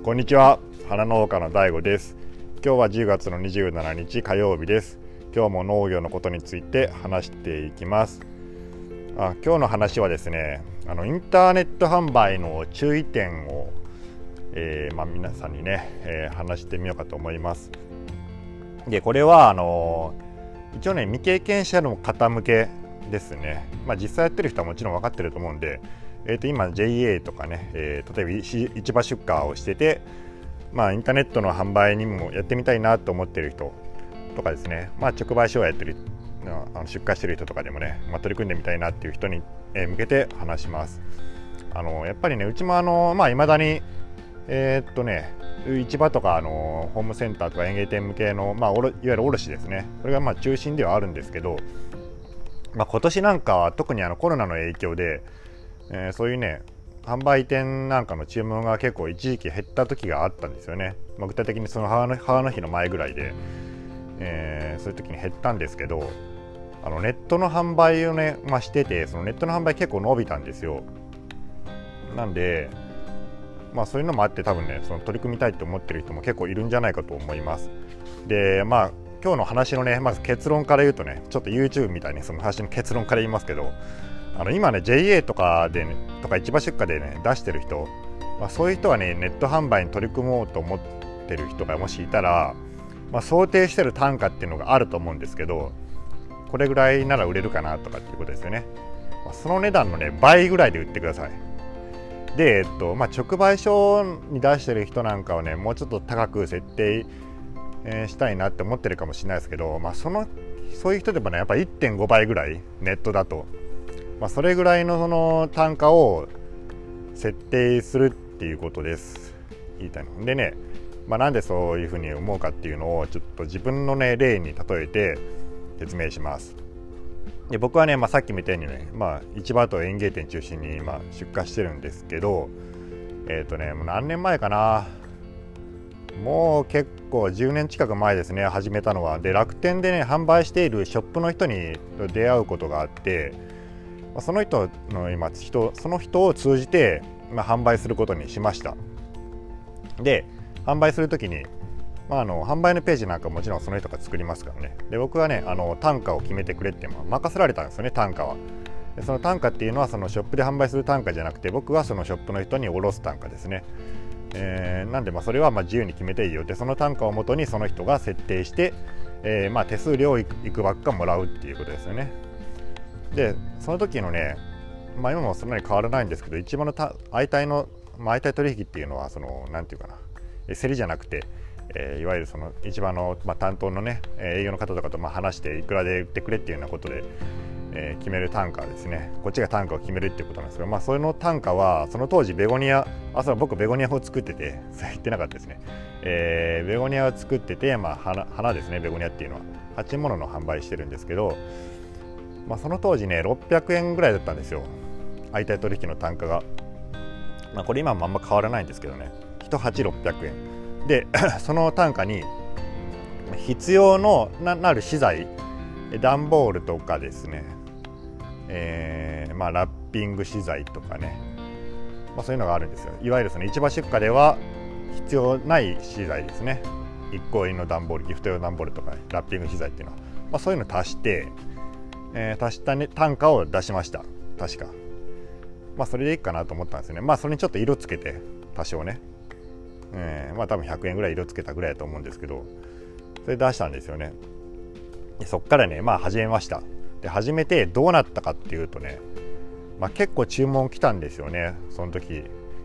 こんにちは、花農家のＤＡＩＧOです。今日は10月の27日火曜日です。今日も農業のことについて話していきます。今日の話はですね、インターネット販売の注意点を、皆さんにね、話してみようかと思います。で、これは一応ね、未経験者の方向けですね。実際やってる人はもちろん分かってると思うんで、今 JA とかね、例えば市場出荷をしてて、インターネットの販売にもやってみたいなと思ってる人とかですね、直売所をやってる出荷してる人とかでもね、取り組んでみたいなっていう人に向けて話します。やっぱりね、うちも未だに市場とかホームセンターとか園芸店向けの、いわゆる卸ですね、これが中心ではあるんですけど、今年なんかは特にコロナの影響で、そういうね販売店なんかの注文が結構一時期減った時があったんですよね。具体的にその母の日の前ぐらいで、そういう時に減ったんですけど、ネットの販売をね、してて、そのネットの販売結構伸びたんですよ。なんでそういうのもあって、多分ねその取り組みたいと思ってる人も結構いるんじゃないかと思います。で今日の話のね、まず結論から言うとね、ちょっと YouTube みたいにその話の結論から言いますけど、今ね JA とかで、ね、とか市場出荷でね出してる人、そういう人はねネット販売に取り組もうと思ってる人がもしいたら、想定してる単価っていうのがあると思うんですけど、これぐらいなら売れるかなとかっていうことですよね。その値段のね倍ぐらいで売ってください。で、直売所に出してる人なんかはね、もうちょっと高く設定、したいなって思ってるかもしれないですけど、そういう人でもねやっぱ 1.5 倍ぐらいネットだと、それぐらいのその単価を設定するっていうことです。言いたいのでね、なんでそういうふうに思うかっていうのをちょっと自分のね例に例えて説明します。で、僕はね、さっきみたいにね、市場と園芸店中心に出荷してるんですけど、もう何年前かな、もう結構10年近く前ですね、始めたのは。で、楽天でね販売しているショップの人に出会うことがあって、その人を通じて、販売することにしました。で、販売するときに、販売のページなんかもちろんその人が作りますからね。で、僕はね単価を決めてくれって任せられたんですよね、単価は。で、その単価っていうのはそのショップで販売する単価じゃなくて、僕はそのショップの人に卸す単価ですね。なんでそれは自由に決めていいよって、その単価をもとにその人が設定して、手数料をいくばっかもらうっていうことですよね。で、その時のね、今もそんなに変わらないんですけど、一番の相対取引っていうのは、そのなんていうかな、競りじゃなくて、いわゆるその市場の、担当のね営業の方とかと話して、いくらで売ってくれっていうようなことで、決める単価ですね。こっちが単価を決めるっていうことなんですけど、その単価はその当時ベゴニア、僕ベゴニアを作ってて、それ言ってなかったですね。ベゴニアを作ってて、花ですね。ベゴニアっていうのは鉢物の販売してるんですけど、その当時ね600円ぐらいだったんですよ、相対取引の単価が。これ今もあんま変わらないんですけどね、1鉢600円でその単価に必要の なる資材、段ボールとかですね、ラッピング資材とかね、そういうのがあるんですよ。いわゆるその市場出荷では必要ない資材ですね。一個入りの段ボール、ギフト用段ボールとかラッピング資材っていうのは、そういうの足して、足した、ね、単価を出しました、確か。それでいいかなと思ったんですよね。それにちょっと色つけて、多少ね、多分100円ぐらい色つけたぐらいだと思うんですけど、それ出したんですよね。で、そっからね始めました。で、始めてどうなったかっていうとね、結構注文来たんですよね、その時。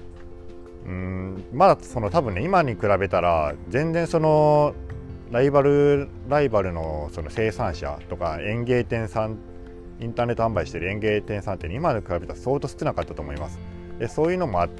その多分ね、今に比べたら全然そのライバルのその生産者とか園芸店さん、インターネット販売してる園芸店さんって、今に比べたら相当少なかったと思います。で、そういうのもあ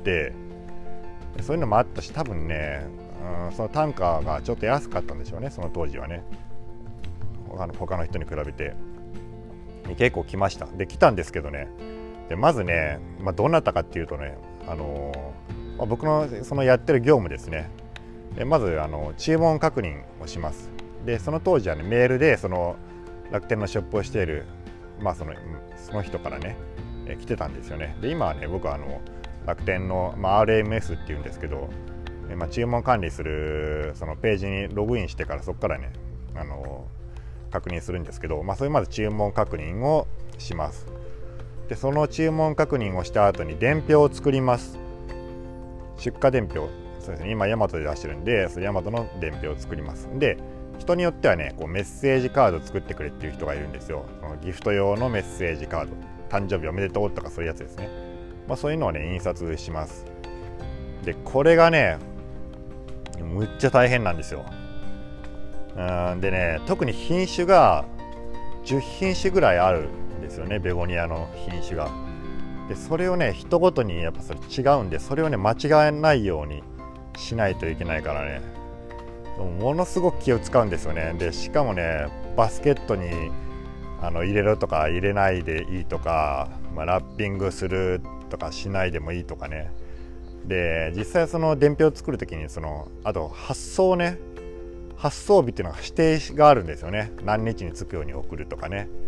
ったし、多分ね、その単価がちょっと安かったんでしょうね、その当時はね。他の人に比べて結構来ました。で、来たんですけどね、でまずね、どうなったかっていうとね、僕のそのやってる業務ですね。で、まず注文確認をします。で、その当時はねメールでその楽天のショップをしている、その人からね、来てたんですよね。で、今はね僕は楽天の、RMS っていうんですけど、 注文管理するそのページにログインしてからそこからね確認するんですけど、それまず注文確認をします。でその注文確認をした後に伝票を作ります。出荷伝票、そうですね、今ヤマトで出してるんで、そのヤマトの伝票を作ります。で人によってはねこうメッセージカード作ってくれっていう人がいるんですよ。そのギフト用のメッセージカード、誕生日おめでとうとかそういうやつですね。そういうのをね印刷します。でこれがねむっちゃ大変なんですよ。でね、特に品種が10品種ぐらいあるんですよね、ベゴニアの品種が。でそれをね人ごとにやっぱそれ違うんで、それをね間違えないようにしないといけないからね、ものすごく気を使うんですよね。でしかもねバスケットに入れろとか入れないでいいとか、ラッピングするとかしないでもいいとかね。で実際その伝票を作る時にあと発送日っていうのが指定があるんですよね。何日に着くように送るとかね、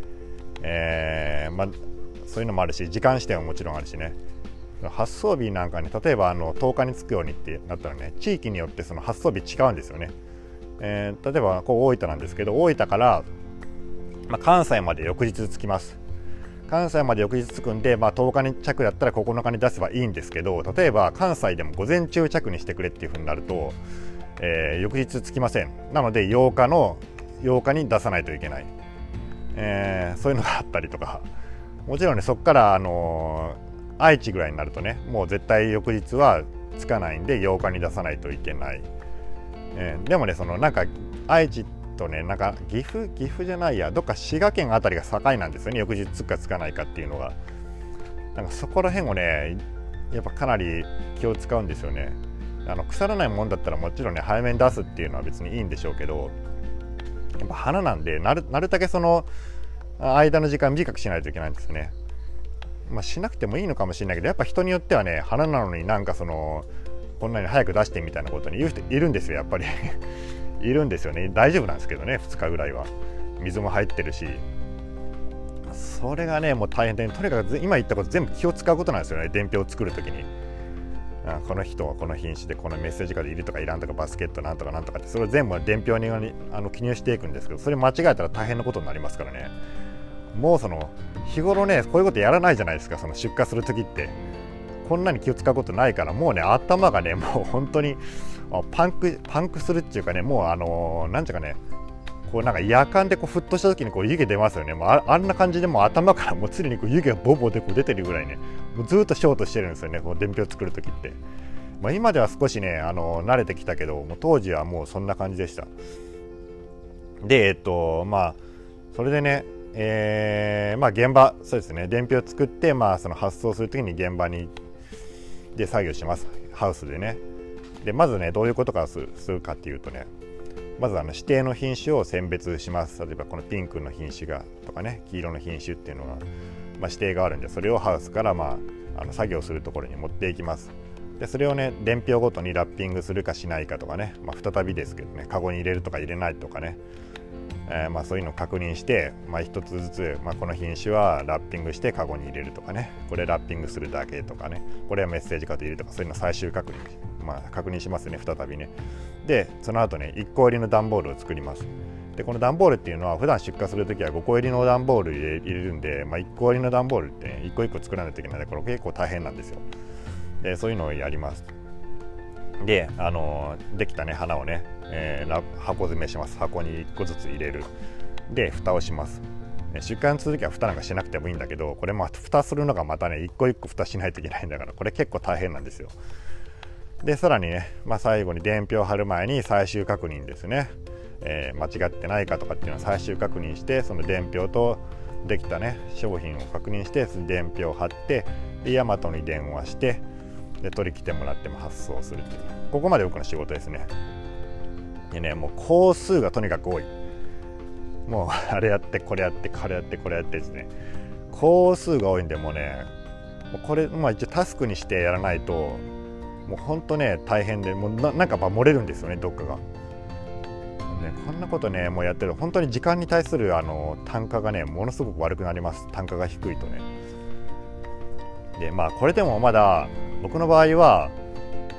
そういうのもあるし、時間指定ももちろんあるしね。発送日なんかね、例えば10日に着くようにってなったらね、地域によってその発送日違うんですよね。例えばこう大分なんですけど、大分から、関西まで翌日着きます。関西まで翌日着くんで、10日に着だったら9日に出せばいいんですけど、例えば関西でも午前中着にしてくれっていう風になると、翌日着きません。なので8日に出さないといけない、そういうのがあったりとか、もちろんねそこから愛知ぐらいになるとねもう絶対翌日は着かないんで8日に出さないといけない、でもねなんか愛知とねなんか岐阜じゃないや、どっか滋賀県あたりが境なんですよね、翌日着くか着かないかっていうのが。なんかそこら辺をねやっぱかなり気を使うんですよね。腐らないもんだったらもちろんね早めに出すっていうのは別にいいんでしょうけど、やっぱ花なんでなるだけその間の時間短くしないといけないんですよね。しなくてもいいのかもしれないけど、やっぱ人によってはね花なのになんかこんなに早く出してみたいなことに言う人いるんですよ、やっぱりいるんですよね。大丈夫なんですけどね、2日ぐらいは水も入ってるし、それがねもう大変で、とにかく今言ったこと全部気を使うことなんですよね、伝票を作るときに。この人はこの品種でこのメッセージカードいるとかいらんとか、バスケットなんとかなんとかって、それを全部伝票に記入していくんですけど、それ間違えたら大変なことになりますからね。もう日頃ねこういうことやらないじゃないですか。出荷する時ってこんなに気を使うことないから、もうね頭がねもう本当にパンクするっていうかね、もうなんていうかね、こうなんか夜間でこう沸騰した時にこう湯気出ますよね。もうあんな感じでもう頭からもう常にこう湯気がボボでこう出てるぐらいね、もうずっとショートしてるんですよね、こう伝票作る時って。今では少しね慣れてきたけど、もう当時はもうそんな感じでした。でそれでね現場、そうですね、伝票を作ってその発送する時に現場で作業します、ハウスでね。でまずねどういうことからするかっていうとね、まず指定の品種を選別します。例えばこのピンクの品種がとかね、黄色の品種っていうのが、指定があるんで、それをハウスから作業するところに持っていきます。でそれをね伝票ごとにラッピングするかしないかとかね、再びですけどね、カゴに入れるとか入れないとかね、そういうのを確認して、一つずつ、この品種はラッピングしてカゴに入れるとかね、これラッピングするだけとかね、これはメッセージカード入れるとか、そういうの最終確認しますね、再びね。でその後ね1個入りの段ボールを作ります。でこの段ボールっていうのは普段出荷するときは5個入りの段ボール入れるんで、1個入りの段ボールって、1個1個作らないといけないので、これ結構大変なんですよ。でそういうのをやります。でできたね花をね、箱詰めします。箱に1個ずつ入れる。で蓋をします。出荷するときは蓋なんかしなくてもいいんだけど、これ蓋するのがまたね1個1個蓋しないといけないんだから、これ結構大変なんですよ。でさらにね、最後に伝票を貼る前に最終確認ですね、間違ってないかとかっていうのを最終確認して、その伝票とできたね商品を確認して、伝票を貼って、でヤマトに電話して、で取り来てもらっても発送するっていう、ここまで僕の仕事ですね。でねもう工数がとにかく多い。もうあれやってこれやってこれやってこれやってですね、工数が多いんで、もうねもうこれ一応タスクにしてやらないともう本当ね大変で、もうなんか漏れるんですよね、どっかが。こんなことねもうやってると本当に時間に対する単価がねものすごく悪くなります。単価が低いとね。でこれでもまだ僕の場合は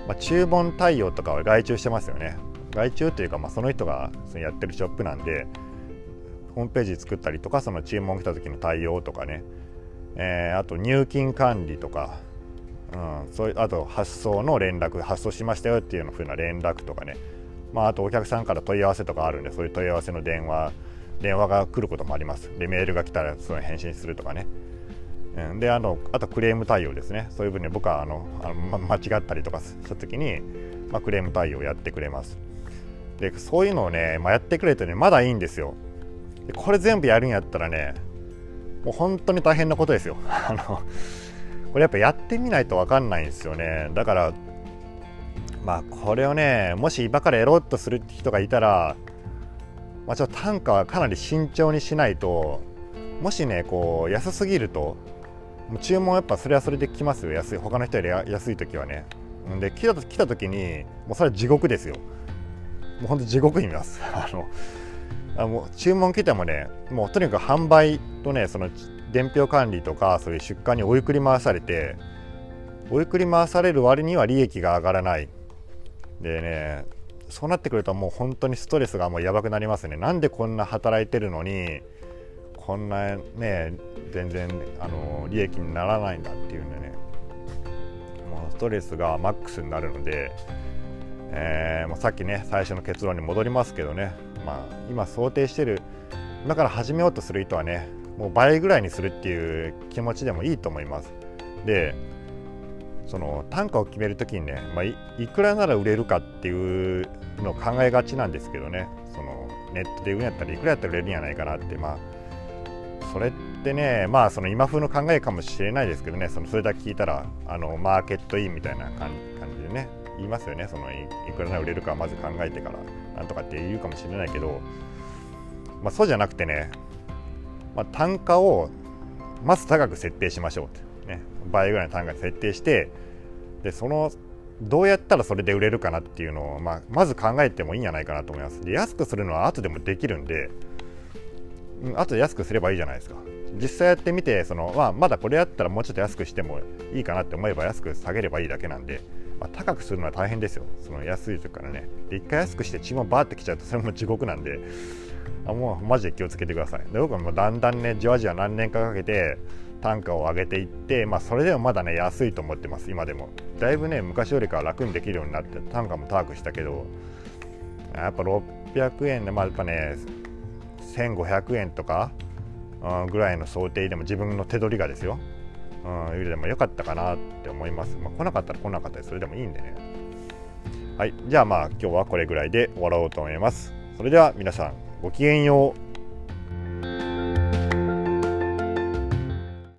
注文対応とかは外注してますよね。外注というか、その人がやってるショップなんで、ホームページ作ったりとか、その注文来た時の対応とかね、あと入金管理とか、そういう、あと発送の連絡、発送しましたよっていう風な連絡とかね、あとお客さんから問い合わせとかあるんで、そういう問い合わせの電話が来ることもあります。でメールが来たらその返信するとかね、であとクレーム対応ですね。そういう分に僕は間違ったりとかした時に、クレーム対応やってくれます。でそういうのをね、やってくれてね、まだいいんですよ。でこれ全部やるんやったらね、もう本当に大変なことですよ。これやっぱやってみないと分かんないんですよね。だからこれをね、もし今からやろうとする人がいたら、ちょっと単価はかなり慎重にしないと、もしねこう安すぎると、もう注文やっぱそれはそれで来ますよ。他の人より安い時はね。で来た時にもうそれは地獄ですよ。もう本当地獄に見ます。もう注文来てもね、もうとにかく販売とね、その伝票管理とかそういう出荷におゆくり回されて、おゆくり回される割には利益が上がらないでね、そうなってくるともう本当にストレスがもうやばくなりますね。なんでこんな働いてるのにこんなね全然利益にならないんだっていうね、もうストレスがマックスになるので、もうさっきね最初の結論に戻りますけどね、今想定してる、今から始めようとする人はね、もう倍ぐらいにするっていう気持ちでもいいと思います。でその単価を決めるときにね、いくらなら売れるかっていうのを考えがちなんですけどね、そのネットで売るんやったらいくらやったら売れるんじゃないかなって、それってね、その今風の考えかもしれないですけどね、それだけ聞いたらマーケットインみたいな感じでね言いますよね。そのいくらなら売れるかまず考えてからなんとかって言うかもしれないけど、そうじゃなくてね、単価をまず高く設定しましょうってね、倍ぐらいの単価に設定して、でどうやったらそれで売れるかなっていうのを、まず考えてもいいんじゃないかなと思います。で安くするのは後でもできるんで、後で安くすればいいじゃないですか。実際やってみてまだこれやったらもうちょっと安くしてもいいかなって思えば安く下げればいいだけなんで、高くするのは大変ですよ。その安い時からね。で一回安くして注文バーってきちゃうとそれも地獄なんで、もうマジで気をつけてください。で僕はもうだんだんねじわじわ何年かかけて単価を上げていって、それでもまだね安いと思ってます。今でもだいぶね昔よりかは楽にできるようになって単価も高くしたけど、やっぱ600円でやっぱね1500円とかぐらいの想定でも自分の手取りがですよ、でも良かったかなって思います。来なかったら来なかったりそれでもいいんでね。はい、じゃあ今日はこれぐらいで終わろうと思います。それでは皆さんごきげんよう。